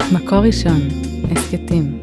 מקור ראשון, הסקטים.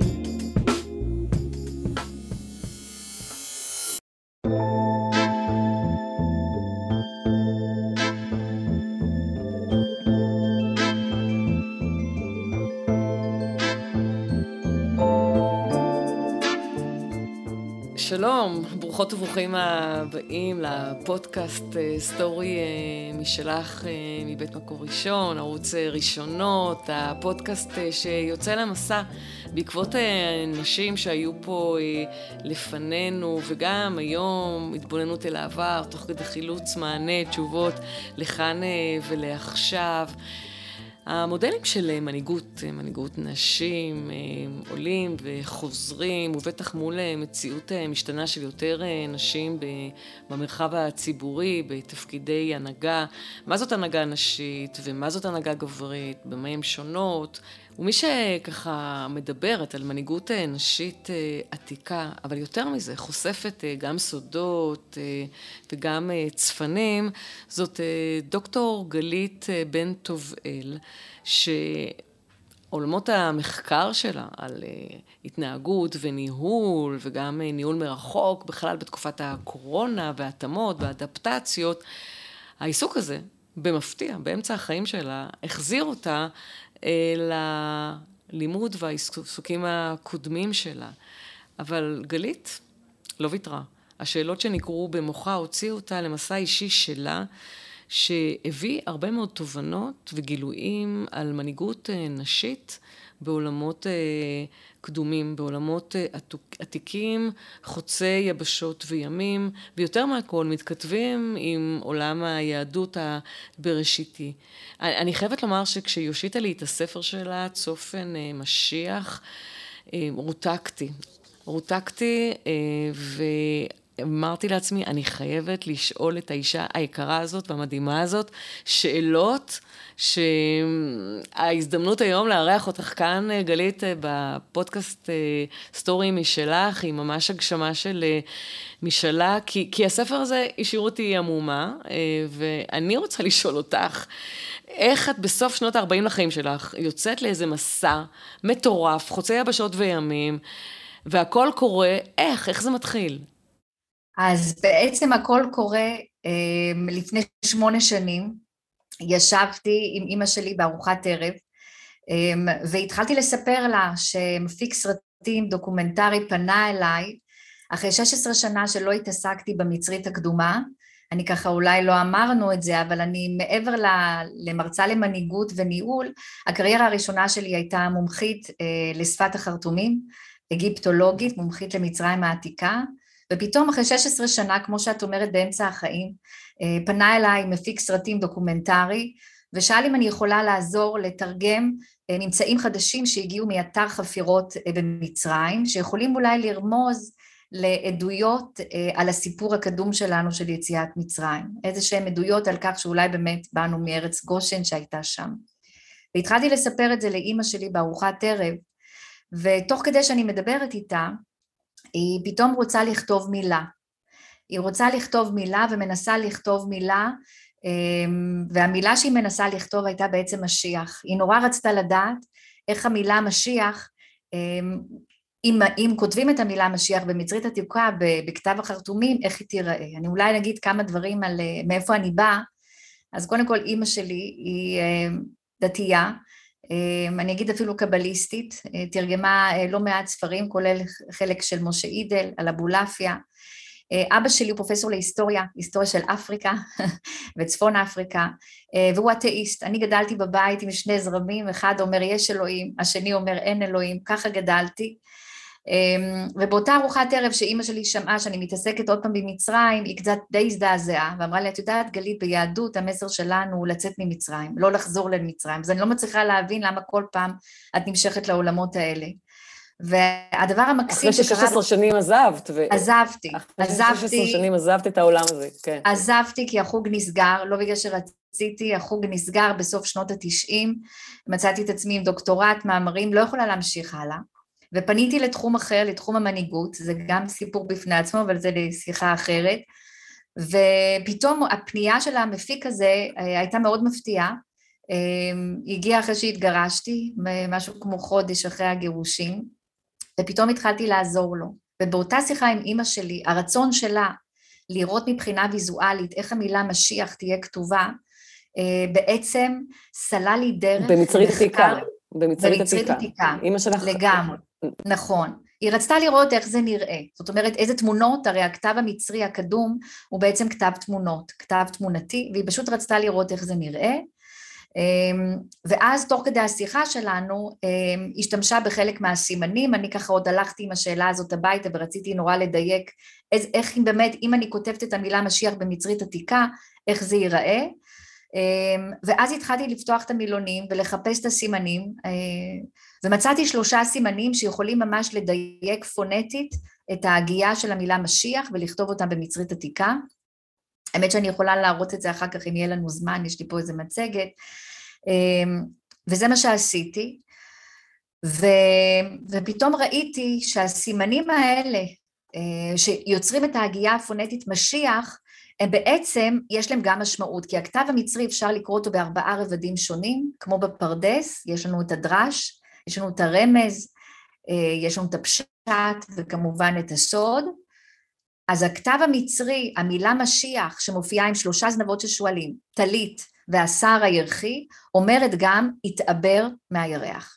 שלום, ברוכות וברוכים הבאים לפודקאסט סטורי משלך מבית מקור ראשון, ערוץ ראשונות, הפודקאסט שיוצא למסע בעקבות נשים שהיו פה לפנינו, וגם היום התבוננות אל העבר, תוך כדי חילוץ מענה, תשובות לכאן ולעכשיו. המודלים של מנהיגות נשים עולים וחוזרים, ובטח מול מציאות משתנה של יותר נשים במרחב הציבורי, בתפקידי הנהגה. מה זאת הנהגה נשית ומה זאת הנהגה גברית, במה הן שונות. ומי שככה מדברת על מנהיגות נשית עתיקה, אבל יותר מזה, חושפת גם סודות וגם צפנים, זאת דוקטור גלית בן טובאל, שעולמות המחקר שלה על התנהגות וניהול, וגם ניהול מרחוק, בכלל בתקופת הקורונה והתאמות והאדפטציות, העיסוק הזה, במפתיע, באמצע החיים שלה, החזיר אותה ללימוד והעיסוקים הקודמים שלה. אבל גלית לא ויתרה. השאלות שנקראו במוחה הוציאו אותה למסע אישי שלה, שהביא הרבה מאוד תובנות וגילויים על מנהיגות נשית בעולמות קדומים, בעולמות עתיקים, חוצי יבשות וימים, ויותר מהכל מתכתבים עם עולם היהדות הבראשיתי. אני חייבת לומר שכשיושיטה לי את הספר שלה, צופן משיח, רותקתי ואמרתי לעצמי, אני חייבת לשאול את האישה היקרה הזאת והמדהימה הזאת, שאלות שההזדמנות היום לארח אותך כאן, גלית, בפודקאסט סטורי משלך, היא ממש הגשמה של משלה, כי הספר הזה השאיר אותי עמומה, ואני רוצה לשאול אותך, איך את בסוף שנות ה-40 לחיים שלך יוצאת לאיזה מסע מטורף, חוצה יבשות וימים, והכל קורה, איך זה מתחיל? אז בעצם הכל קורה לפני 8 שנים, ישבתי עם אמא שלי בארוחת ערב, והתחלתי לספר לה שמפיק סרטים דוקומנטרי פנה אליי, אחרי 16 שנה שלא התעסקתי במצרית הקדומה, אני ככה אולי לא אמרנו את זה, אבל אני מעבר למרצה למנהיגות וניהול, הקריירה הראשונה שלי הייתה מומחית לשפת החרטומים, אגיפטולוגית, מומחית למצרים העתיקה, ופתאום אחרי 16 שנה, כמו שאת אומרת, באמצע החיים, פנה אליי מפיק סרטים דוקומנטרי, ושאל אם אני יכולה לעזור לתרגם ממצאים חדשים שהגיעו מאתר חפירות במצרים, שיכולים אולי לרמוז לעדויות על הסיפור הקדום שלנו של יציאת מצרים, איזה שהן עדויות על כך שאולי באמת באנו מארץ גושן שהייתה שם. והתחלתי לספר את זה לאמא שלי בארוחת ערב, ותוך כדי שאני מדברת איתה, היא פתאום רוצה לכתוב מילה. היא רוצה לכתוב מילה ומנסה לכתוב מילה, והמילה שהיא מנסה לכתוב הייתה בעצם משיח. היא נורא רצתה לדעת איך המילה משיח, אם כותבים את המילה משיח במצרית עתיקה בכתב החרטומים, איך היא תיראה. אני אולי נגיד כמה דברים על מאיפה אני באה. אז קודם כל אמא שלי היא דתייה, אני אגיד אפילו קבליסטית, תרגמה לא מעט ספרים, כולל חלק של משה אידל, על אבולעפיה. אבא שלי הוא פרופסור להיסטוריה, היסטוריה של אפריקה וצפון אפריקה, והוא אתאיסט. אני גדלתי בבית עם 2 זרמים, אחד אומר יש אלוהים, השני אומר אין אלוהים, ככה גדלתי. ובאותה ארוחת ערב שאימא שלי שמעה שאני מתעסקת עוד פעם במצרים, היא קצת די הזדעזעה, ואמרה לי, את יודעת גלית, ביהדות המסר שלנו הוא לצאת ממצרים, לא לחזור למצרים, אז אני לא מצליחה להבין למה כל פעם את נמשכת לעולמות האלה. והדבר המקסים אחרי ש16 שנים עזבת. עזבתי. אחרי ש16 שנים עזבת את העולם הזה, כן. עזבתי כי החוג נסגר, לא בגלל שרציתי, החוג נסגר בסוף שנות ה-90, מצאתי את עצמי עם דוקטורט, מאמרים, לא יכולה להמשיך הלאה. ופניתי לתחום אחר, לתחום המנהיגות, זה גם סיפור בפני עצמו, אבל זה לשיחה אחרת, ופתאום הפנייה של המפיק הזה הייתה מאוד מפתיעה, הגיע אחרי שהתגרשתי, משהו כמו חודש אחרי הגירושים, ופתאום התחלתי לעזור לו. ובאותה שיחה עם אמא שלי, הרצון שלה לראות מבחינה ויזואלית איך המילה משיח תהיה כתובה, בעצם סלל לי דרך. במצרית עתיקה. במצרית עתיקה. אמא שלך... לגמרי, נכון. היא רצתה לראות איך זה נראה. זאת אומרת, איזה תמונות, הרי הכתב המצרי הקדום הוא בעצם כתב תמונות, כתב תמונתי, והיא פשוט רצתה לראות איך זה נראה. ואז תוך כדי השיחה שלנו, השתמשה בחלק מהסימנים, אני ככה עוד הלכתי עם השאלה הזאת הביתה, ורציתי נורא לדייק, איך באמת, אם אני כותבת את המילה משיח במצרית עתיקה, איך זה ייראה, ואז התחלתי לפתוח את המילונים, ולחפש את הסימנים, ומצאתי 3 סימנים, שיכולים ממש לדייק פונטית, את ההגייה של המילה משיח, ולכתוב אותם במצרית עתיקה, האמת שאני יכולה להראות את זה אחר כך אם יהיה לנו זמן, יש לי פה איזה מצגת, וזה מה שעשיתי, ופתאום ראיתי שהסימנים האלה, שיוצרים את ההגייה הפונטית משיח, הם בעצם, יש להם גם משמעות, כי הכתב המצרי אפשר לקרוא אותו ב4 רבדים שונים, כמו בפרדס, יש לנו את הדרש, יש לנו את הרמז, יש לנו את הפשט, וכמובן את הסוד, אז הכתב המצרי, המילה משיח, שמופיעה עם 3 זנבות של שועלים, טלית והשר הירחי, אומרת גם, התעבר מהירח.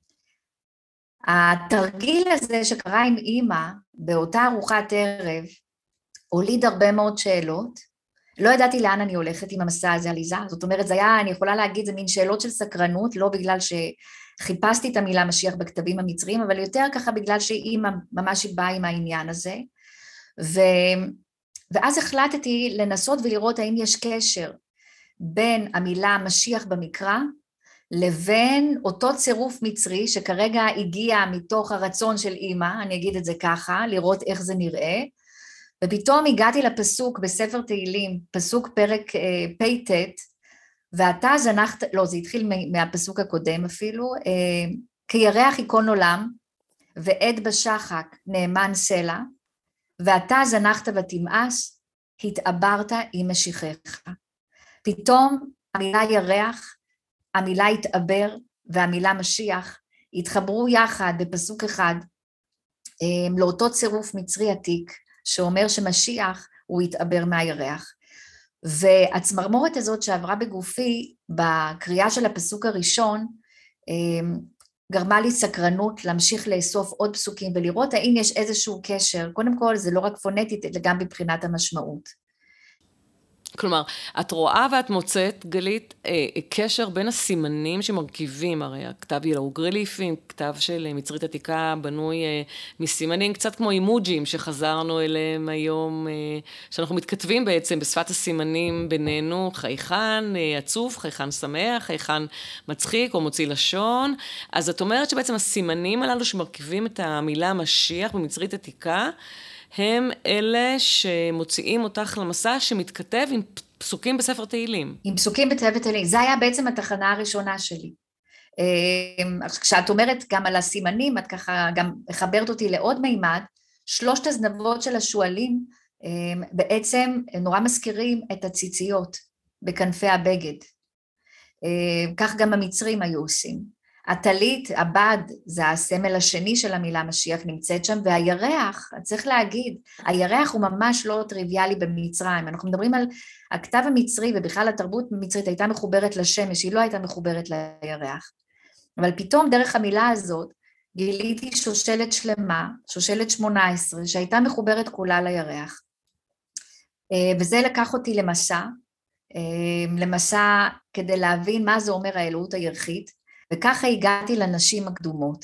התרגיל הזה שקרה עם אמא, באותה ארוחת ערב, הוליד הרבה מאוד שאלות, לא ידעתי לאן אני הולכת עם המסע הזה, עליזה, זאת אומרת, זה היה, אני יכולה להגיד, זה מין שאלות של סקרנות, לא בגלל שחיפשתי את המילה משיח בכתבים המצריים, אבל יותר ככה בגלל שאמא ממש באה עם העניין הזה, ואז החלטתי לנסות ולראות האם יש קשר בין המילה משיח במקרא, לבין אותו צירוף מצרי שכרגע הגיע מתוך הרצון של אמא, אני אגיד את זה ככה, לראות איך זה נראה, ופתאום הגעתי לפסוק בספר תהילים, פסוק פרק פ"ט, ואתה זנחת, לא, זה התחיל מהפסוק הקודם אפילו, כירח ייכון עולם, ועד בשחק נאמן סלע, ואתה זנחת ותמאס, התעברת עם משיחך. פתאום המילה ירח, המילה התעבר והמילה משיח, התחברו יחד בפסוק אחד, לאותו צירוף מצרי עתיק, שאומר שמשיח הוא התעבר מהירח. והצמרמורת הזאת שעברה בגופי, בקריאה של הפסוק הראשון, גרמה לי סקרנות להמשיך לאסוף עוד פסוקים, ולראות האם יש איזשהו קשר, קודם כל זה לא רק פונטית, אלא גם מבחינת המשמעות. כלומר, את רואה ואת מוצאת, גלית, קשר בין הסימנים שמרכיבים, הרי הכתב הילאוגריליפים, כתב של מצרית עתיקה בנוי מסימנים, קצת כמו אימוג'ים שחזרנו אליהם היום, שאנחנו מתכתבים בעצם בשפת הסימנים בינינו, חייכן עצוב, חייכן שמח, חייכן מצחיק או מוציא לשון, אז את אומרת שבעצם הסימנים הללו שמרכיבים את המילה משיח במצרית עתיקה, הם אלה שמוציאים אותך למסע שמתכתב עם פסוקים בספר תהילים. עם פסוקים בספר תהילים, זה היה בעצם התחנה הראשונה שלי. כשאת אומרת גם על הסימנים, את ככה גם מחברת אותי לעוד מימד, 3 הזנבות של השועלים בעצם נורא מזכירים את הציציות בכנפי הבגד. כך גם המצרים היו עושים. הטלית, הבד, זה הסמל השני של המילה משיח נמצאת שם, והירח, צריך להגיד, הירח הוא ממש לא טריוויאלי במצרים, אנחנו מדברים על הכתב המצרי, ובכלל התרבות המצרית הייתה מחוברת לשמש, היא לא הייתה מחוברת לירח, אבל פתאום דרך המילה הזאת, גיליתי שושלת שלמה, שושלת 18, שהייתה מחוברת כולה לירח, וזה לקח אותי למסע כדי להבין מה זה אומר האלוהות הירחית, וככה הגעתי לנשים הקדומות.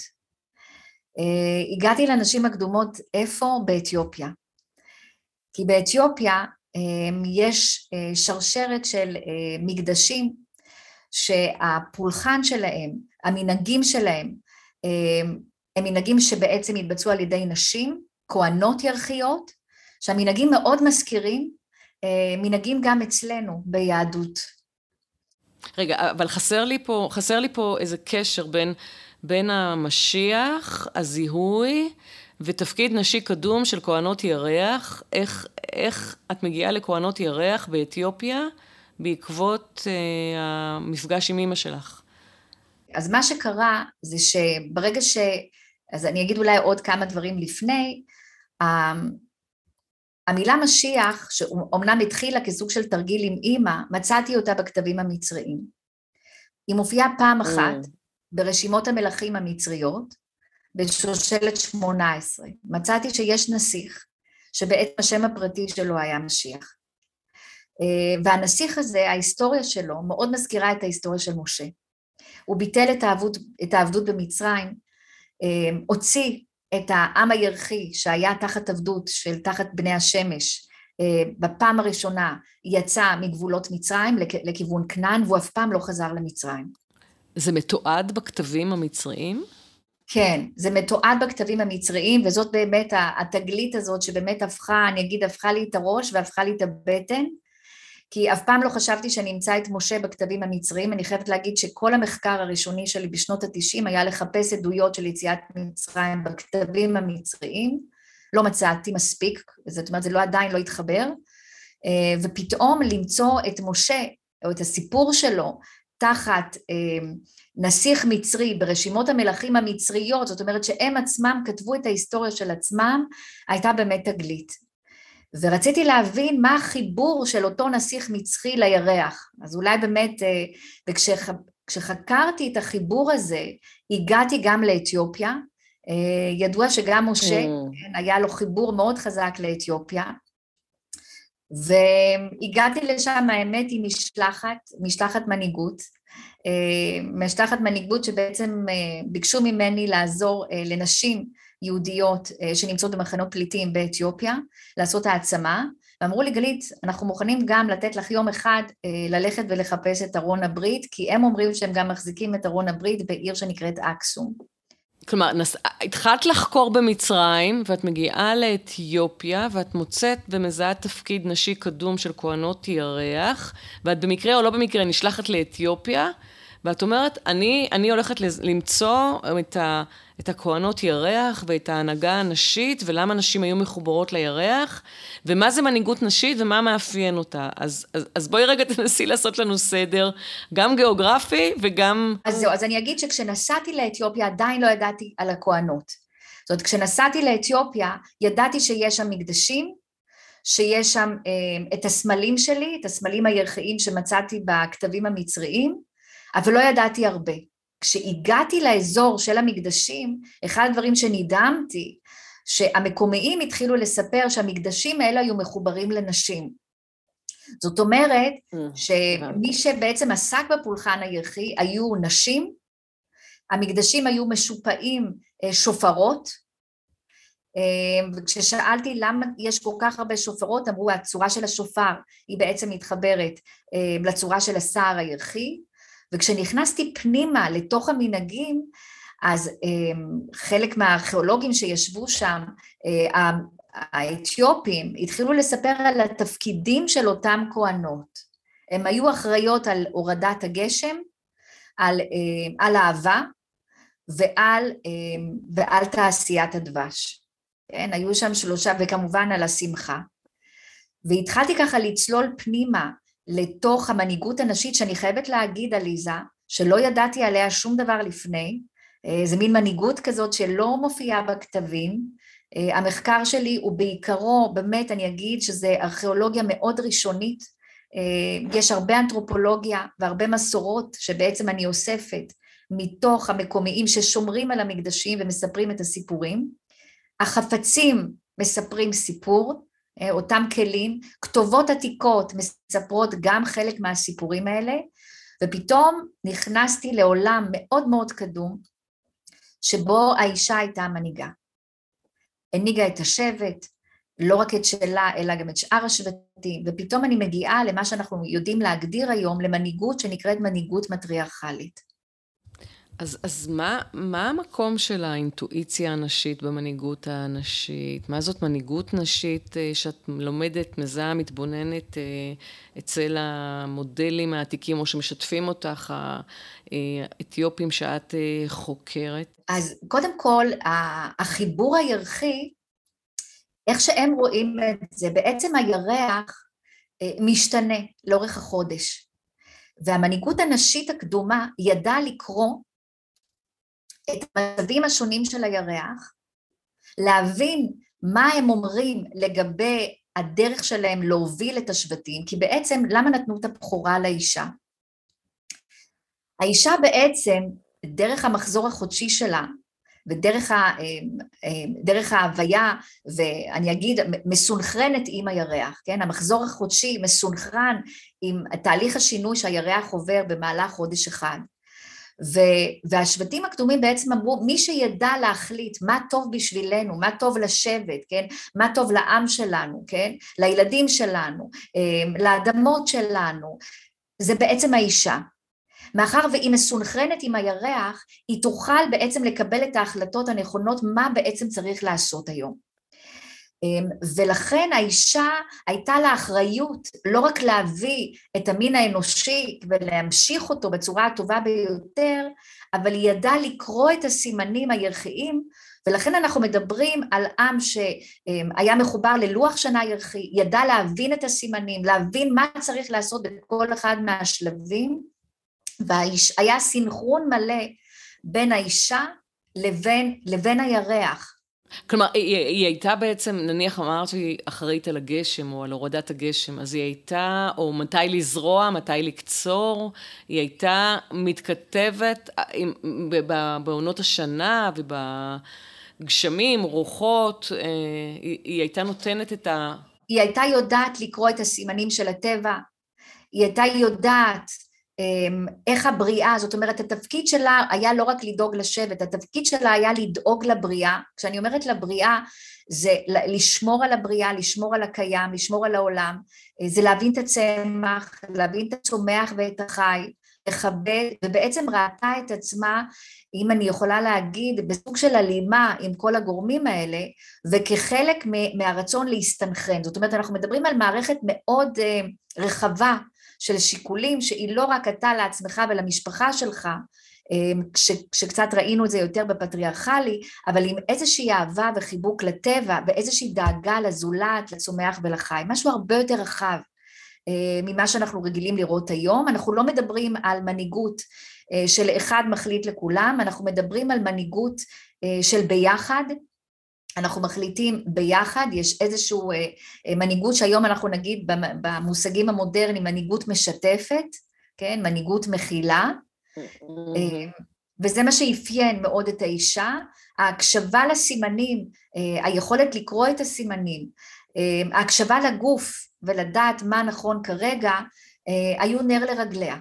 הגעתי לנשים הקדומות איפה? באתיופיה. כי באתיופיה יש שרשרת של מקדשים שהפולחן שלהם, המנהגים שלהם, הם מנהגים שבעצם התבצעו על ידי נשים, כהנות ירחיות, שהמנהגים מאוד מזכירים, מנהגים גם אצלנו ביהדות. רגע, אבל חסר לי פה איזה קשר בין המשיח, הזיהוי, ותפקיד נשי קדום של כהנות ירח. איך את מגיעה לכהנות ירח באתיופיה, בעקבות המפגש עם אמא שלך? אז מה שקרה זה שברגע אז אני אגיד אולי עוד כמה דברים לפני, המילה משיח, שאומנם התחילה כסוג של תרגיל עם אמא, מצאתי אותה בכתבים המצריים. היא מופיעה פעם אחת ברשימות המלכים המצריות, בשושלת 18. מצאתי שיש נסיך, שבעצם השם הפרטי שלו היה משיח. והנסיך הזה, ההיסטוריה שלו, מאוד מזכירה את ההיסטוריה של משה. הוא ביטל את העבדות במצרים, הוציא את העם הירחי שהיה תחת עבדות של תחת בני השמש, בפעם הראשונה יצא מגבולות מצרים לכיוון כנען, והוא אף פעם לא חזר למצרים. זה מתועד בכתבים המצריים? כן, זה מתועד בכתבים המצריים, וזאת באמת התגלית הזאת שבאמת הפכה לי את הראש והפכה לי את הבטן, כי אף פעם לא חשבתי שאני אמצא את משה בכתבים המצריים. אני חייבת להגיד שכל המחקר הראשוני שלי בשנות ה-90 היה לחפש עדויות של יציאת מצרים בכתבים המצריים, לא מצאתי מספיק, זאת אומרת, זה עדיין לא התחבר, ופתאום למצוא את משה, או את הסיפור שלו, תחת נסיך מצרי ברשימות המלכים המצריות, זאת אומרת שהם עצמם כתבו את ההיסטוריה של עצמם, הייתה באמת תגלית. ורציתי להבין מה החיבור של אותו נסיך מצרי לירח. אז אולי באמת, וכשחקרתי את החיבור הזה, הגעתי גם לאתיופיה, ידוע שגם משה היה לו חיבור מאוד חזק לאתיופיה, והגעתי לשם האמת עם משלחת מנהיגות שבעצם ביקשו ממני לעזור לנשים יהודיות שנמצאות במחנות פליטים באתיופיה, לעשות העצמה, ואמרו לי, גלית, אנחנו מוכנים גם לתת לך יום אחד ללכת ולחפש את ארון הברית, כי הם אומרים שהם גם מחזיקים את ארון הברית בעיר שנקראת אקסום. כלומר, התחלת לחקור במצרים, ואת מגיעה לאתיופיה, ואת מוצאת ומזהה תפקיד נשי קדום של כהנות ירח, ואת במקרה או לא במקרה נשלחת לאתיופיה, ואת אומרת, אני הולכת למצוא את הכהנות ירח ואת ההנהגה הנשית, ולמה נשים היו מחוברות לירח, ומה זה מנהיגות נשית ומה מאפיין אותה. אז בואי רגע תנסי לעשות לנו סדר, גם גיאוגרפי וגם... אז זהו, אז אני אגיד שכשנסעתי לאתיופיה עדיין לא ידעתי על הכהנות. זאת אומרת, כשנסעתי לאתיופיה ידעתי שיש שם מקדשים, שיש שם את הסמלים שלי, את הסמלים הירחיים שמצאתי בכתבים המצריים, אבל לא ידעתי הרבה. כשהגעתי לאזור של המקדשים, אחד הדברים שנדהמתי, שהמקומיים התחילו לספר שהמקדשים האלה היו מחוברים לנשים. זאת אומרת, שמי שבעצם עסק בפולחן הירחי היו נשים, המקדשים היו משופעים שופרות, וכששאלתי למה יש כל כך הרבה שופרות, אמרו, הצורה של השופר היא בעצם מתחברת לצורה של הסער הירחי, וכשנכנסתי פנימה לתוך המנהגים, אז חלק מהארכיאולוגים שישבו שם, האתיופים, התחילו לספר על התפקידים של אותם כהנות. הם היו אחראיות על הורדת הגשם, על האהבה, ועל תעשיית הדבש. כן, היו שם 3, וכמובן על השמחה. והתחלתי ככה לצלול פנימה, לתוך המנהיגות הנשית, שאני חייבת להגיד, עליזה, שלא ידעתי עליה שום דבר לפני, זה מין מנהיגות כזאת שלא מופיעה בכתבים, המחקר שלי הוא בעיקרו, באמת אני אגיד שזה ארכיאולוגיה מאוד ראשונית, יש הרבה אנתרופולוגיה והרבה מסורות שבעצם אני אוספת מתוך המקומיים ששומרים על המקדשים ומספרים את הסיפורים, החפצים מספרים סיפור, אותם כלים, כתובות עתיקות מספרות גם חלק מהסיפורים האלה, ופתאום נכנסתי לעולם מאוד מאוד קדום, שבו האישה הייתה מנהיגה. הנהיגה את השבט, לא רק את שלה, אלא גם את שאר השבטים, ופתאום אני מגיעה למה שאנחנו יודעים להגדיר היום, למנהיגות שנקראת מנהיגות מטריארכלית. אז מה המקום של האינטואיציה הנשית במנהיגות הנשית? מה זאת מנהיגות נשית שאת לומדת, מזהה, מתבוננת אצל המודלים העתיקים, או שמשתפים אותך האתיופים שאת חוקרת? אז קודם כל, החיבור הירחי, איך שהם רואים את זה, בעצם הירח משתנה לאורך החודש. והמנהיגות הנשית הקדומה ידעה לקרוא את המצבים השונים של הירח, להבין מה הם אומרים לגבי הדרך שלהם להוביל את השבטים, כי בעצם למה נתנו את הבכורה לאישה? האישה בעצם, דרך המחזור החודשי שלה, ודרך ההוויה, ואני אגיד, מסונכרנת עם הירח, כן? המחזור החודשי מסונכרן עם תהליך השינוי שהירח עובר במהלך חודש אחד. והשבטים הקדומים בעצם אמרו, מי שידע להחליט מה טוב בשבילנו, מה טוב לשבט, כן? מה טוב לעם שלנו, כן? לילדים שלנו, לאדמות שלנו, זה בעצם האישה. מאחר והיא מסונכרנת עם הירח, היא תוכל בעצם לקבל את ההחלטות הנכונות, מה בעצם צריך לעשות היום. ולכן האישה הייתה לה אחריות לא רק להביא את המין האנושי ולהמשיך אותו בצורה הטובה ביותר, אבל היא ידעה לקרוא את הסימנים הירחיים, ולכן אנחנו מדברים על עם שהיה מחובר ללוח שנה ירחי, ידע להבין את הסימנים, להבין מה צריך לעשות בכל אחד מהשלבים, והיה סינכרון מלא בין האישה לבין הירח. כלומר, היא הייתה בעצם, נניח אמרת שהיא אחראית על הגשם או על הורדת הגשם, אז היא הייתה, או מתי לזרוע, מתי לקצור, היא הייתה מתכתבת בעונות השנה ובגשמים, רוחות, היא הייתה נותנת את היא הייתה יודעת לקרוא את הסימנים של הטבע, היא הייתה יודעת איך הבריאה, זאת אומרת, התפקיד שלה היה לא רק לדאוג לשבט, התפקיד שלה היה לדאוג לבריאה. כשאני אומרת לבריאה, זה לשמור על הבריאה, לשמור על הקיים, לשמור על העולם, זה להבין את הצמח, להבין את הצומח ואת החי, לכבד, ובעצם ראתה את עצמה, אם אני יכולה להגיד, בסוג של הלימה עם כל הגורמים האלה, וכחלק מהרצון להסתנכרן. זאת אומרת, אנחנו מדברים על מערכת מאוד רחבה, של שיקולים שהיא לא רק אתה לעצמך ולמשפחה שלך, כשקצת ראינו את זה יותר בפטריארכלי, אבל עם איזושהי אהבה וחיבוק לטבע, ואיזושהי דאגה לזולת, לצומח ולחי, משהו הרבה יותר רחב ממה שאנחנו רגילים לראות היום. אנחנו לא מדברים על מנהיגות של אחד מחליט לכולם, אנחנו מדברים על מנהיגות של ביחד, אנחנו מחליטים ביחד, יש איזשהו מנהיגות שהיום אנחנו נגיד במושגים המודרניים, מנהיגות משתפת, כן, מנהיגות מכילה, וזה מה שאפיין מאוד את האישה, ההקשבה לסימנים, היכולת לקרוא את הסימנים, ההקשבה לגוף ולדעת מה נכון כרגע, היו נר לרגליה.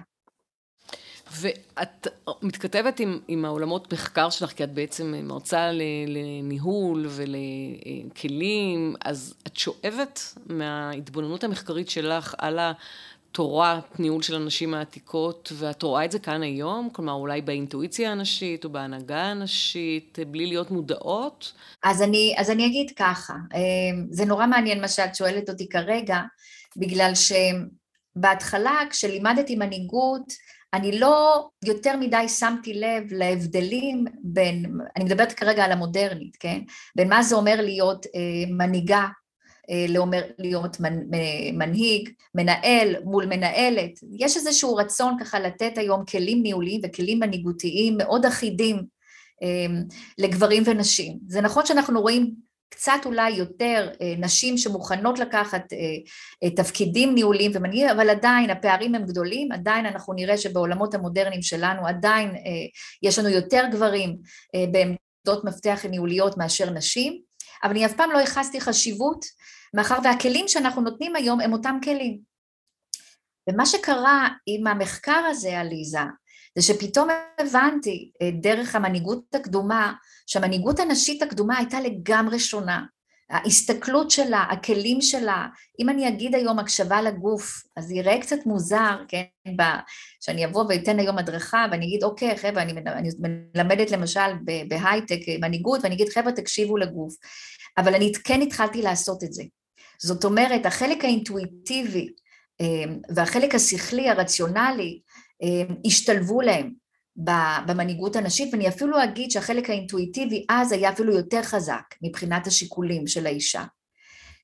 ואת מתכתבת עם העולמות מחקר שלך, כי את בעצם מרצה לניהול ולכלים, אז את שואבת מההתבוננות המחקרית שלך על התורת ניהול של הנשים העתיקות, ואת רואה את זה כאן היום? כלומר, אולי באינטואיציה הנשית או בהנהגה הנשית, בלי להיות מודעות? אז אני אגיד ככה, זה נורא מעניין מה שאת שואלת אותי כרגע, בגלל שבהתחלה כשלימדתי מנהיגות, אני לא יותר מדי שמתי לב להבדלים בין, אני מדברת כרגע על המודרנית, כן? בין מה זה אומר להיות מנהיגה, להיות מנהיג, מנהל מול מנהלת. יש איזשהו רצון ככה לתת היום כלים ניהוליים וכלים מנהיגותיים מאוד אחידים לגברים ונשים. זה נכון שאנחנו רואים קצת אולי יותר נשים שמוכנות לקחת תפקידים ניהוליים ומנהיגים, אבל עדיין הפערים הם גדולים, עדיין אנחנו נראה שבעולמות המודרניים שלנו עדיין יש לנו יותר גברים בעמדות מפתח ניהוליות מאשר נשים, אבל אני אף פעם לא ייחסתי חשיבות, מאחר והכלים שאנחנו נותנים היום הם אותם כלים. ומה שקרה עם המחקר הזה, עליזה, זה שפתאום הבנתי דרך המנהיגות הקדומה, שהמנהיגות הנשית הקדומה הייתה לגמרי שונה. ההסתכלות שלה, הכלים שלה, אם אני אגיד היום הקשבה לגוף, אז יראה קצת מוזר, כן, שאני אבוא ואתן היום הדרכה, ואני אגיד, אוקיי, חבר'ה, אני מלמדת למשל בהייטק מנהיגות, ואני אגיד, חבר'ה, תקשיבו לגוף. אבל אני כן התחלתי לעשות את זה. זאת אומרת, החלק האינטואיטיבי, והחלק השכלי, הרציונלי, השתלבו להם במנהיגות הנשית, ואני אפילו אגיד שהחלק האינטואיטיבי אז היה אפילו יותר חזק מבחינת השיקולים של האישה.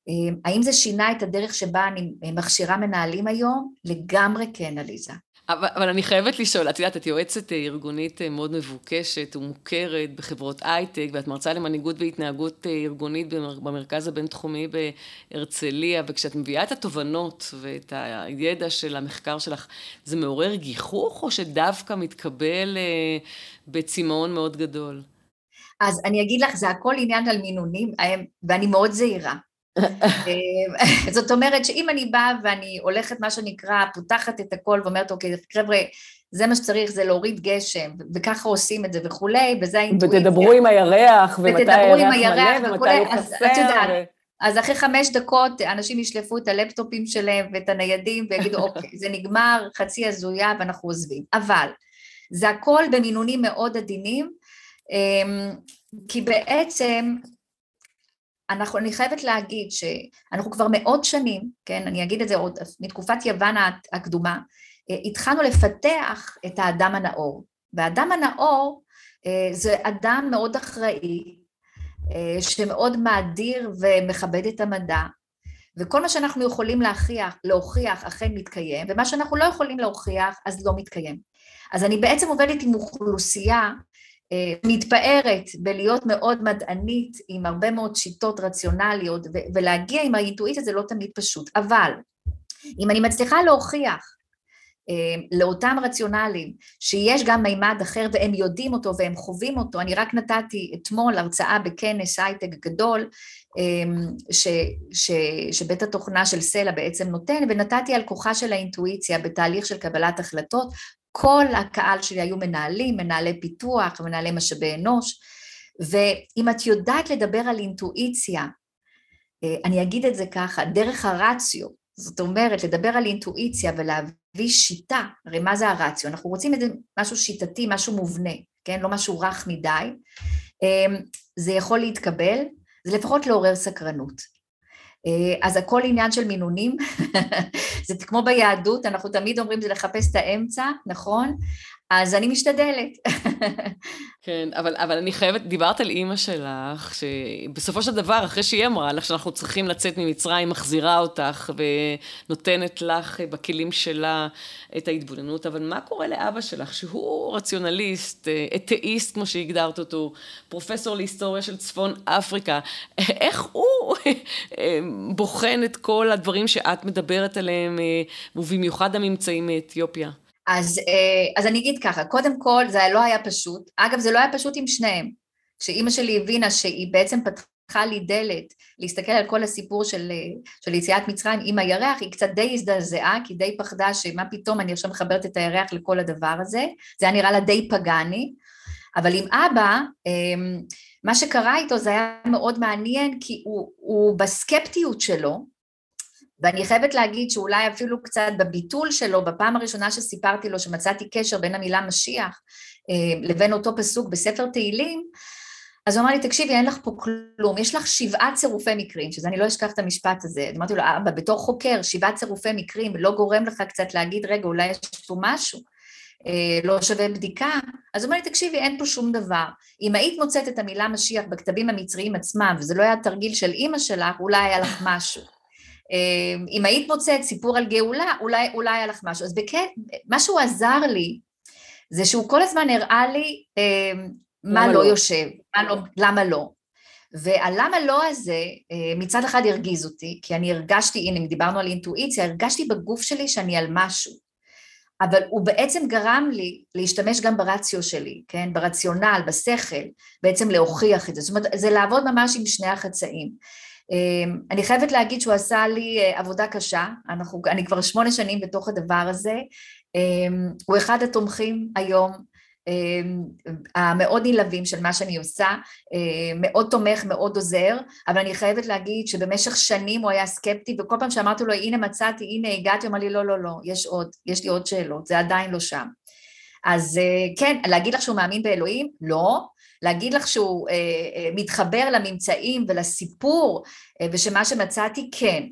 האם זה שינה את הדרך שבה אני מכשירה מנהלים היום? לגמרי כן, עליזה. אבל אני חייבת לשאול, את יודעת, את יועצת ארגונית מאוד מבוקשת ומוכרת בחברות הייטק, ואת מרצה למנהיגות והתנהגות ארגונית במרכז הבינתחומי בהרצליה, וכשאת מביאה את התובנות ואת הידע של המחקר שלך, זה מעורר גיחוך או שדווקא מתקבל בצמאון מאוד גדול? אז אני אגיד לך, זה הכל עניין על מינונים, ואני מאוד זהירה. זאת אומרת שאם אני באה ואני הולכת מה שנקרא, פותחת את הכל ואומרת, אוקיי, חבר'ה, זה מה שצריך, זה להוריד גשם, וככה עושים את זה וכולי, וזה האינטואיציה. ותדברו עם הירח, ומתי הירח מלא, ומתי הוא חסר. אז אחרי 5 דקות, אנשים ישלפו את הלפטופים שלהם ואת הניידים, ויגידו, אוקיי, זה נגמר, חצי הזויה, ואנחנו עוזבים. אבל זה הכל במינונים מאוד עדינים, כי בעצם, אני חייבת להגיד שאנחנו כבר מאות שנים, כן, אני אגיד את זה עוד מתקופת יוון הקדומה, התחלנו לפתח את האדם הנאור, והאדם הנאור זה אדם מאוד אחראי, שמאוד מאדיר ומכבד את המדע, וכל מה שאנחנו יכולים להוכיח אכן מתקיים, ומה שאנחנו לא יכולים להוכיח אז לא מתקיים. אז אני בעצם עובדת עם אוכלוסייה, מתפארת בלהיות מאוד מדענית, עם הרבה מאוד שיטות רציונליות, ולהגיע עם האינטואיציה זה לא תמיד פשוט, אבל אם אני מצליחה להוכיח לאותם רציונלים, שיש גם מימד אחר והם יודעים אותו והם חווים אותו, אני רק נתתי אתמול הרצאה בכנס הייטק גדול, שבית התוכנה של סלע בעצם נותן, ונתתי על כוחה של האינטואיציה בתהליך של קבלת החלטות, כל הקהל שלי היו מנהלים, מנהלי פיתוח, מנהלי משאבי אנוש, ואם את יודעת לדבר על אינטואיציה, אני אגיד את זה ככה, דרך הרציו, זאת אומרת, לדבר על אינטואיציה ולהביא שיטה, הרי מה זה הרציו? אנחנו רוצים את זה משהו שיטתי, משהו מובנה, כן? לא משהו רך מדי, זה יכול להתקבל, זה לפחות לעורר סקרנות. אז הכל עניין של מינונים, זה כמו ביהדות, אנחנו תמיד אומרים זה לחפש את האמצע, נכון? אז אני משתדלת. כן, אבל אני חייבת, דיברת על אימא שלך, שבסופו של דבר, אחרי שהיא אמרה לך שאנחנו צריכים לצאת ממצרים, מחזירה אותך ונותנת לך בכלים שלה את ההתבוננות, אבל מה קורה לאבא שלך, שהוא רציונליסט, אתאיסט, כמו שהגדרת אותו, פרופסור להיסטוריה של צפון אפריקה, איך הוא בוחן את כל הדברים שאת מדברת עליהם, ובמיוחד הממצאים מאתיופיה? אז אני אגיד ככה, קודם כל זה לא היה פשוט, אגב זה לא היה פשוט עם שניהם, כשאימא שלי הבינה שהיא בעצם פתחה לי דלת להסתכל על כל הסיפור של יציאת מצרים עם הירח, היא קצת די הזדעזעה, כי די פחדה שמה פתאום אני עכשיו מחברת את הירח לכל הדבר הזה, זה היה נראה לה די פגני, אבל עם אבא, מה שקרה איתו זה היה מאוד מעניין, כי הוא בסקפטיות שלו, ואני חייבת להגיד שאולי אפילו קצת בביטול שלו, בפעם הראשונה שסיפרתי לו שמצאתי קשר בין המילה משיח לבין אותו פסוק בספר תהילים, אז הוא אמר לי, תקשיבי, אין לך פה כלום, יש לך 7 צירופי מקרים, שזה אני לא אשכח את המשפט הזה, אמרתי לו, אבא, בתור חוקר, 7 צירופי מקרים, לא גורם לך קצת להגיד, רגע, אולי יש פה משהו, לא שווה בדיקה, אז הוא אומר לי, תקשיבי, אין פה שום דבר, אם היית מוצאת את המילה משיח בכתבים המצריים עצמם, וזה לא היה תרגיל של אמא שלך, אולי היה לך משהו, אם היית מוצאת סיפור על גאולה, אולי היה לך משהו. אז מה שהוא עזר לי, זה שהוא כל הזמן הראה לי מה לא יושב, למה לא. והלמה לא הזה, מצד אחד הרגיז אותי, כי אני הרגשתי, הנה, אם דיברנו על אינטואיציה, הרגשתי בגוף שלי שאני על משהו. אבל הוא בעצם גרם לי להשתמש גם ברציו שלי, כן? ברציונל, בשכל, בעצם להוכיח את זה. זאת אומרת, זה לעבוד ממש עם שני החצאים. אני חייבת להגיד שהוא עשה לי עבודה קשה, אני כבר 8 שנים בתוך הדבר הזה, הוא אחד התומכים היום, המאוד נלהבים של מה שאני עושה, מאוד תומך, מאוד עוזר, אבל אני חייבת להגיד שבמשך שנים הוא היה סקפטי, וכל פעם שאמרתי לו, הנה מצאתי, הנה הגעתי, הוא אמר לי, לא, לא, לא, יש לי עוד שאלות, זה עדיין לא שם. אז כן, להגיד לך שהוא מאמין באלוהים? לא. להגיד לך שהוא מתחבר לממצאים ולסיפור, ושמה שמצאתי, כן.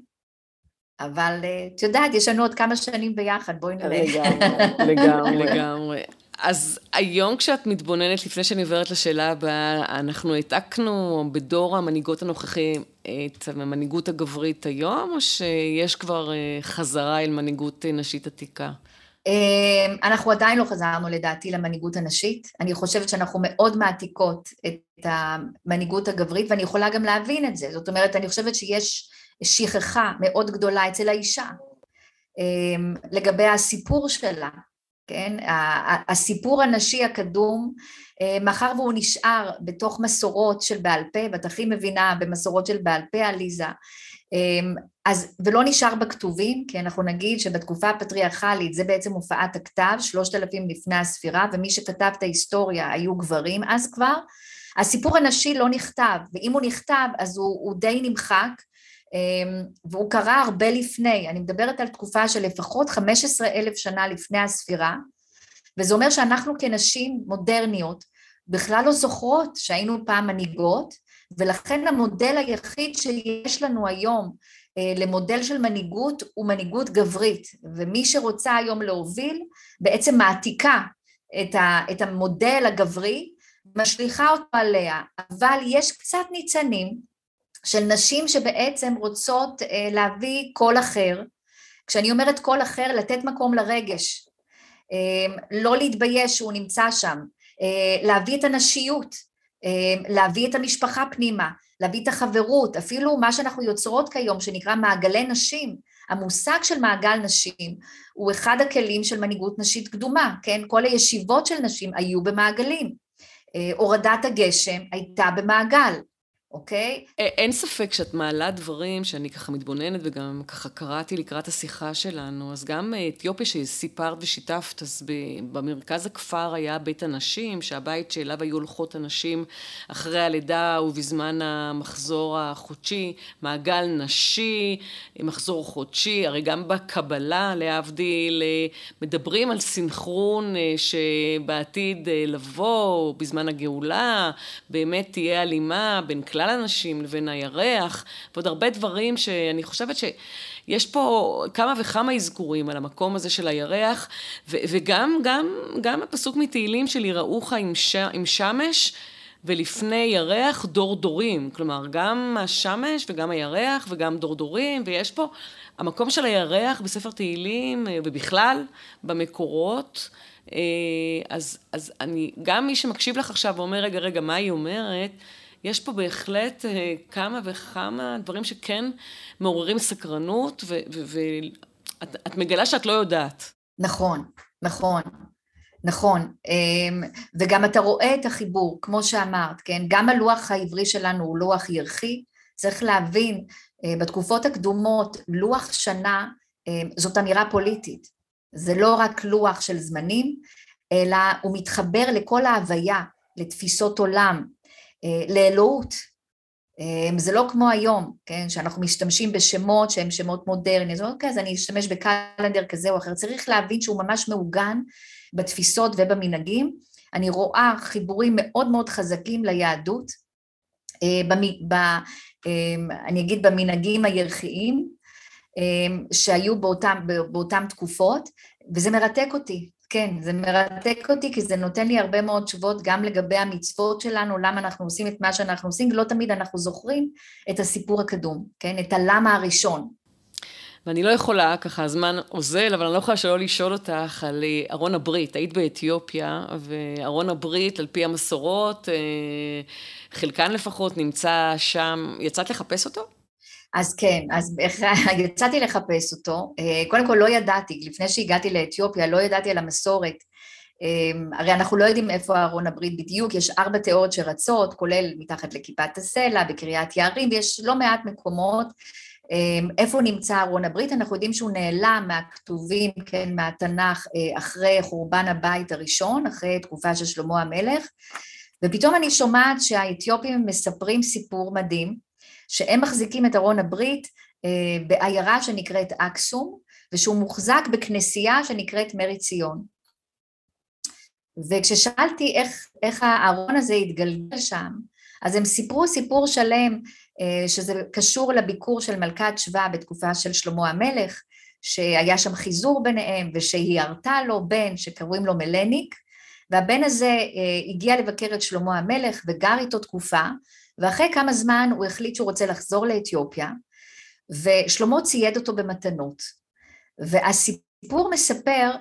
אבל את יודעת, יש לנו עוד כמה שנים ביחד, בואי נראה. לגמרי. אז היום כשאת מתבוננת, לפני שאני עוברת לשאלה הבאה, אנחנו העתקנו בדור המנהיגות הנוכחי את המנהיגות הגברית היום, או שיש כבר חזרה אל מנהיגות נשית עתיקה? אנחנו עדיין לא חזרנו לדעתי למנהיגות הנשית, אני חושבת שאנחנו מאוד מעתיקות את המנהיגות הגברית, ואני יכולה גם להבין את זה, זאת אומרת, אני חושבת שיש שכחה מאוד גדולה אצל האישה, לגבי הסיפור שלה, כן? הסיפור הנשי הקדום, מאחר והוא נשאר בתוך מסורות של בעל פה, ואת הכי מבינה במסורות של בעל פה, עליזה, אז, ולא נשאר בכתובים, כי אנחנו נגיד שבתקופה הפטריארכלית זה בעצם הופעת הכתב, 3,000 לפני הספירה, ומי שכתב את ההיסטוריה היו גברים, אז כבר הסיפור הנשי לא נכתב, ואם הוא נכתב אז הוא די נמחק, והוא קרה הרבה לפני, אני מדברת על תקופה של לפחות 15,000 שנה לפני הספירה, וזה אומר שאנחנו כנשים מודרניות בכלל לא זוכרות שהיינו פעם מנהיגות, ולכן המודל היחיד שיש לנו היום למודל של מנהיגות הוא מנהיגות גברית, ומי שרוצה היום להוביל בעצם מעתיקה את המודל הגברי, משליחה אותו עליה, אבל יש קצת ניצנים של נשים שבעצם רוצות להביא קול אחר, כשאני אומרת קול אחר, לתת מקום לרגש, לא להתבייש שהוא נמצא שם, להביא את הנשיות, להביא את המשפחה פנימה, להביא את החברות, אפילו מה שאנחנו יוצרות כיום שנקרא מעגלי נשים, המושג של מעגל נשים הוא אחד הכלים של מנהיגות נשית קדומה, כן? כל הישיבות של נשים היו במעגלים, הורדת הגשם הייתה במעגל, אוקיי? אין ספק שאת מעלה דברים שאני ככה מתבוננת וגם ככה קראתי לקראת השיחה שלנו, אז גם אתיופיה שסיפרת ושיתפת, אז במרכז הכפר היה בית הנשים, שהבית שאליו היו הולכות הנשים אחרי הלידה ובזמן המחזור החודשי, מעגל נשי, מחזור חודשי, הרי גם בקבלה להבדיל, מדברים על סינכרון שבעתיד לבוא, בזמן הגאולה, באמת תהיה הלימה בין כלל אנשים לבין הירח, ועוד הרבה דברים שאני חושבת שיש פה כמה וכמה אזכורים על המקום הזה של הירח, וגם הפסוק מתהילים של יראוך עם שמש, ולפני ירח דור דורים, כלומר גם השמש וגם הירח וגם דור דורים, ויש פה המקום של הירח בספר תהילים ובכלל במקורות, אז אני, גם מי שמקשיב לך עכשיו ואומר רגע, מה היא אומרת, יש פה בהחלט כמה וכמה דברים שכן מעוררים סקרנות, ואת מגלה שאת לא יודעת. נכון, וגם אתה רואה את החיבור, כמו שאמרת, כן? גם הלוח העברי שלנו הוא לוח ירחי, צריך להבין, בתקופות הקדומות, לוח שנה זאת אמירה פוליטית, זה לא רק לוח של זמנים, אלא הוא מתחבר לכל ההוויה, לתפיסות עולם, לאלוהות, זה לא כמו היום, כן, שאנחנו משתמשים בשמות שהם שמות מודרניים, אז אני אשתמש בקלנדר כזה או אחר, צריך להבין שהוא ממש מעוגן בתפיסות ובמנהגים, אני רואה חיבורים מאוד מאוד חזקים ליהדות, אני אגיד במנהגים הירחיים, שהיו באותם תקופות, וזה מרתק אותי, כן, זה מרתק אותי, כי זה נותן לי הרבה מאוד תשובות גם לגבי המצוות שלנו, למה אנחנו עושים את מה שאנחנו עושים, לא תמיד אנחנו זוכרים את הסיפור הקדום, כן, את הלמה הראשון. ואני לא יכולה, ככה הזמן עוזל, אבל אני לא יכולה שלא לשאול אותך על ארון הברית. היית באתיופיה, וארון הברית, על פי המסורות, חלקן לפחות נמצא שם. יצאת לחפש אותו? אז כן, אז יצאתי לחפש אותו. קודם כל לא ידעתי, לפני שהגעתי לאתיופיה, לא ידעתי על המסורת. הרי אנחנו לא יודעים איפה ארון הברית בדיוק, יש 4 תיאוריות שרצות, כולל מתחת לכיפת הסלע, בקריית יערים, ויש לא מעט מקומות, איפה נמצא ארון הברית, אנחנו יודעים שהוא נעלם מהכתובים, כן, מהתנ"ך, אחרי חורבן הבית הראשון, אחרי תקופה של שלמה המלך, ופתאום אני שומעת שהאתיופים מספרים סיפור מדהים, שהם מחזיקים את ארון הברית בעיירה שנקראת אקסום, ושהוא מוחזק בכנסייה שנקראת מרי ציון. וכששאלתי איך הארון הזה התגלגל שם, אז הם סיפרו סיפור שלם, שזה קשור לביקור של מלכת שבא בתקופה של שלמה המלך, שהיה שם חיזור ביניהם, ושהיא הרתה לו בן שקוראים לו מלניק, והבן הזה הגיע לבקר את שלמה המלך וגר איתו תקופה, ואחרי כמה זמן הוא החליט שהוא רוצה לחזור לאתיופיה, ושלמה צייד אותו במתנות. והסיפור מספר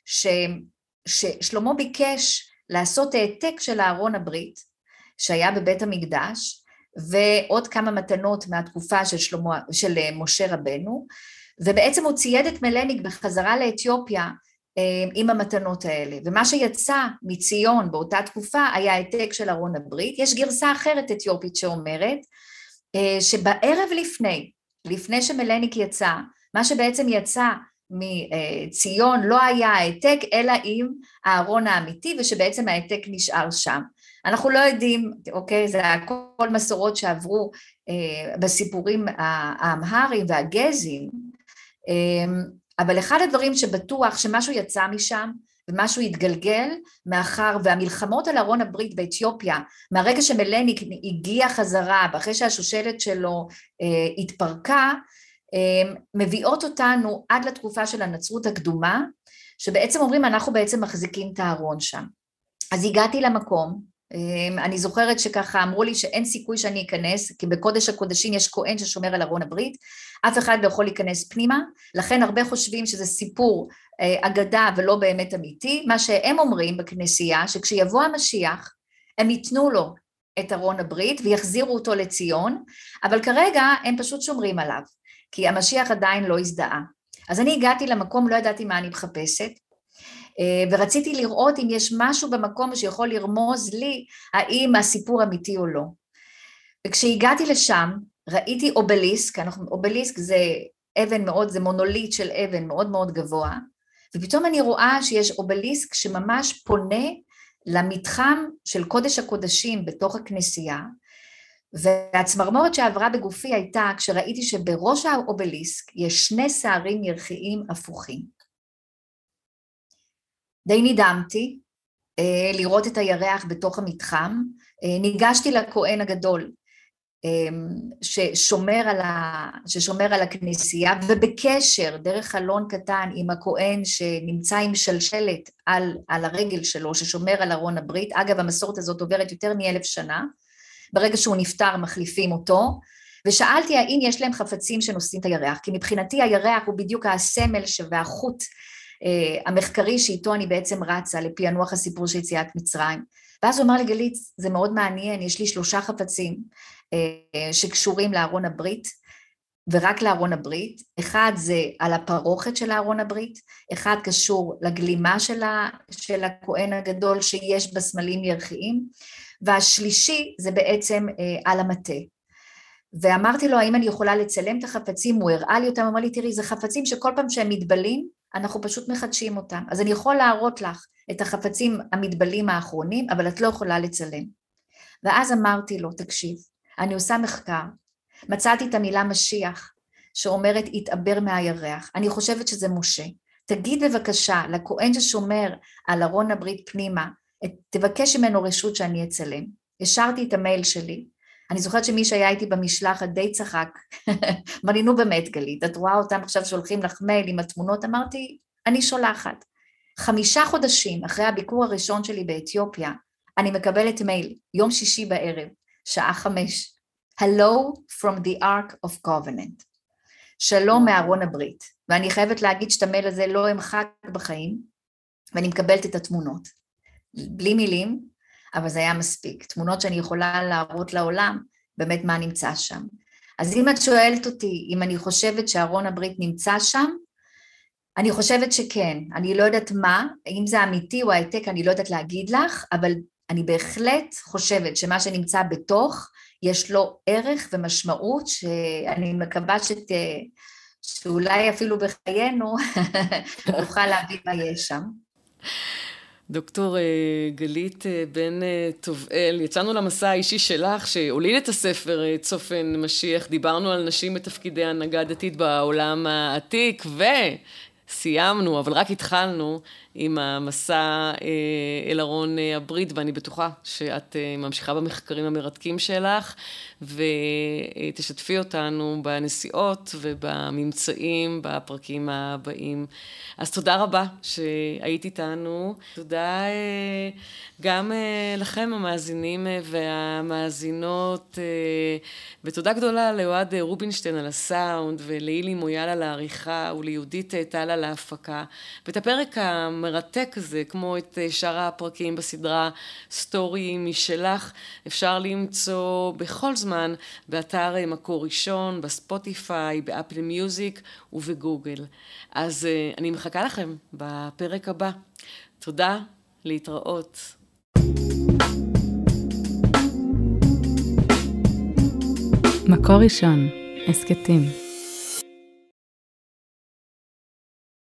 ששלמה ביקש לעשות העתק של ארון הברית, שהיה בבית המקדש, ועוד כמה מתנות מהתקופה של משה רבנו, ובעצם הוא צייד את מלניק בחזרה לאתיופיה עם המתנות האלה, ומה שיצא מציון באותה תקופה היה העתק של ארון הברית. יש גרסה אחרת אתיופית שאומרת, שבערב לפני שמלניק יצא, מה שבעצם יצא מציון לא היה העתק, אלא עם הארון האמיתי, ושבעצם העתק נשאר שם. אנחנו לא יודעים, אוקיי, זה הכל מסורות שעברו בסיפורים האמהריים והגזים, אבל אחד הדברים שבטוח שמשהו יצא משם, ומשהו התגלגל, מאחר והמלחמות על ארון הברית באתיופיה, מהרגע שמלניק הגיע חזרה, ואחרי שהשושלת שלו התפרקה, מביאות אותנו עד לתקופה של הנצרות הקדומה, שבעצם אומרים, אנחנו בעצם מחזיקים את הארון שם. אז הגעתי למקום, אני זוכרת שככה אמרו לי שאין סיכוי שאני אכנס, כי בקודש הקודשים יש כהן ששומר על ארון הברית, אף אחד לא יכול להיכנס פנימה, לכן הרבה חושבים שזה סיפור אגדה ולא באמת אמיתי. מה שהם אומרים בכנסייה, שכשיבוא המשיח, הם ייתנו לו את ארון הברית ויחזירו אותו לציון, אבל כרגע הם פשוט שומרים עליו, כי המשיח עדיין לא הזדהה. אז אני הגעתי למקום, לא ידעתי מה אני מחפשת, ורציתי לראות אם יש משהו במקום שיכול לרמוז לי האם הסיפור אמיתי או לא. וכשהגעתי לשם, ראיתי אובליסק, אובליסק זה אבן מאוד, זה מונוליט של אבן מאוד מאוד גבוה, ופתאום אני רואה שיש אובליסק שממש פונה למתחם של קודש הקודשים בתוך הכנסייה, והצמרמורת שעברה בגופי הייתה כשראיתי שבראש האובליסק יש שני שערים ירחיים הפוכים. די נדהמתי לראות את הירח בתוך המתחם, ניגשתי לכהן הגדול ששומר על הכנסייה, ובקשר דרך חלון קטן עם הכהן שנמצא עם שלשלת על הרגל שלו, ששומר על ארון הברית. אגב, המסורת הזאת עוברת יותר מ1,000 שנה, ברגע שהוא נפטר מחליפים אותו, ושאלתי האם יש להם חפצים שנושאים את הירח, כי מבחינתי הירח הוא בדיוק הסמל והחוט המחקרי שאיתו אני בעצם רצה לפענוח הסיפור של יציאת מצרים. ואז הוא אמר לי, גלית, זה מאוד מעניין, יש לי 3 חפצים שקשורים לארון הברית, ורק לארון הברית. אחד זה על הפרוכת של הארון הברית, אחד קשור לגלימה של הכהן הגדול שיש בסמלים ירחיים, והשלישי זה בעצם על המטה. ואמרתי לו, האם אני יכולה לצלם את החפצים? הוא הראה לי אותם, אמר לי, תראי, זה חפצים שכל פעם שהם מתבלים, אנחנו פשוט מחדשים אותם. אז אני יכול להראות לך את החפצים המתבלים האחרונים, אבל את לא יכולה לצלם. ואז אמרתי לו, תקשיב, אני עושה מחקר, מצאתי את המילה משיח, שאומרת התעבר מהירח, אני חושבת שזה משה. תגיד בבקשה לכהן ששומר על ארון הברית פנימה, תבקש ממנו רשות שאני אצלם. השארתי את המייל שלי, אני זוכרת שמי שהיה איתי במשלחת די צחק, אמר לי, נו באמת גלית, את רואה אותם עכשיו שולחים לך מייל עם התמונות, אמרתי, אני שולחת. 5 חודשים אחרי הביקור הראשון שלי באתיופיה, אני מקבלת מייל, יום שישי בערב, שעה 5, Hello from the Ark of Covenant, שלום מארון הברית, ואני חייבת להגיד שאת המייל הזה לא אמחק בחיים, ואני מקבלת את התמונות, בלי מילים, אבל זה היה מספיק, תמונות שאני יכולה להראות לעולם, באמת מה נמצא שם. אז אם את שואלת אותי, אם אני חושבת שארון הברית נמצא שם, אני חושבת שכן, אני לא יודעת מה, אם זה אמיתי או העתק, אני לא יודעת להגיד לך, אבל אני בהחלט חושבת שמה שנמצא בתוך, יש לו ערך ומשמעות, שאני מקווה שאולי אפילו בחיינו, נוכל להבין מה יש שם. דוקטור גלית בן טובאל, יצאנו למסע האישי שלך שהוליד את הספר צופן משיח, דיברנו על נשים בתפקידי הנהגה דתית בעולם העתיק, סיימנו, אבל רק התחלנו עם המסע אל ארון הברית, ואני בטוחה שאת ממשיכה במחקרים המרתקים שלך, ותשתפי אותנו בנסיעות ובממצאים בפרקים הבאים. אז תודה רבה שהיית איתנו. תודה גם לכם המאזינים והמאזינות, ותודה גדולה לאוהד רובינשטיין על הסאונד, ולאילי מויאל על העריכה, וליהודית טל על ההפקה. ואת הפרק המרתק הזה, כמו את שאר הפרקים בסדרה סטורי משלך, אפשר למצוא בכל זמן באתר מקור ראשון, בספוטיפיי, באפל מיוזיק ובגוגל. אז אני מחכה לכם בפרק הבא. תודה, להתראות. מקור ראשון, הסקטים.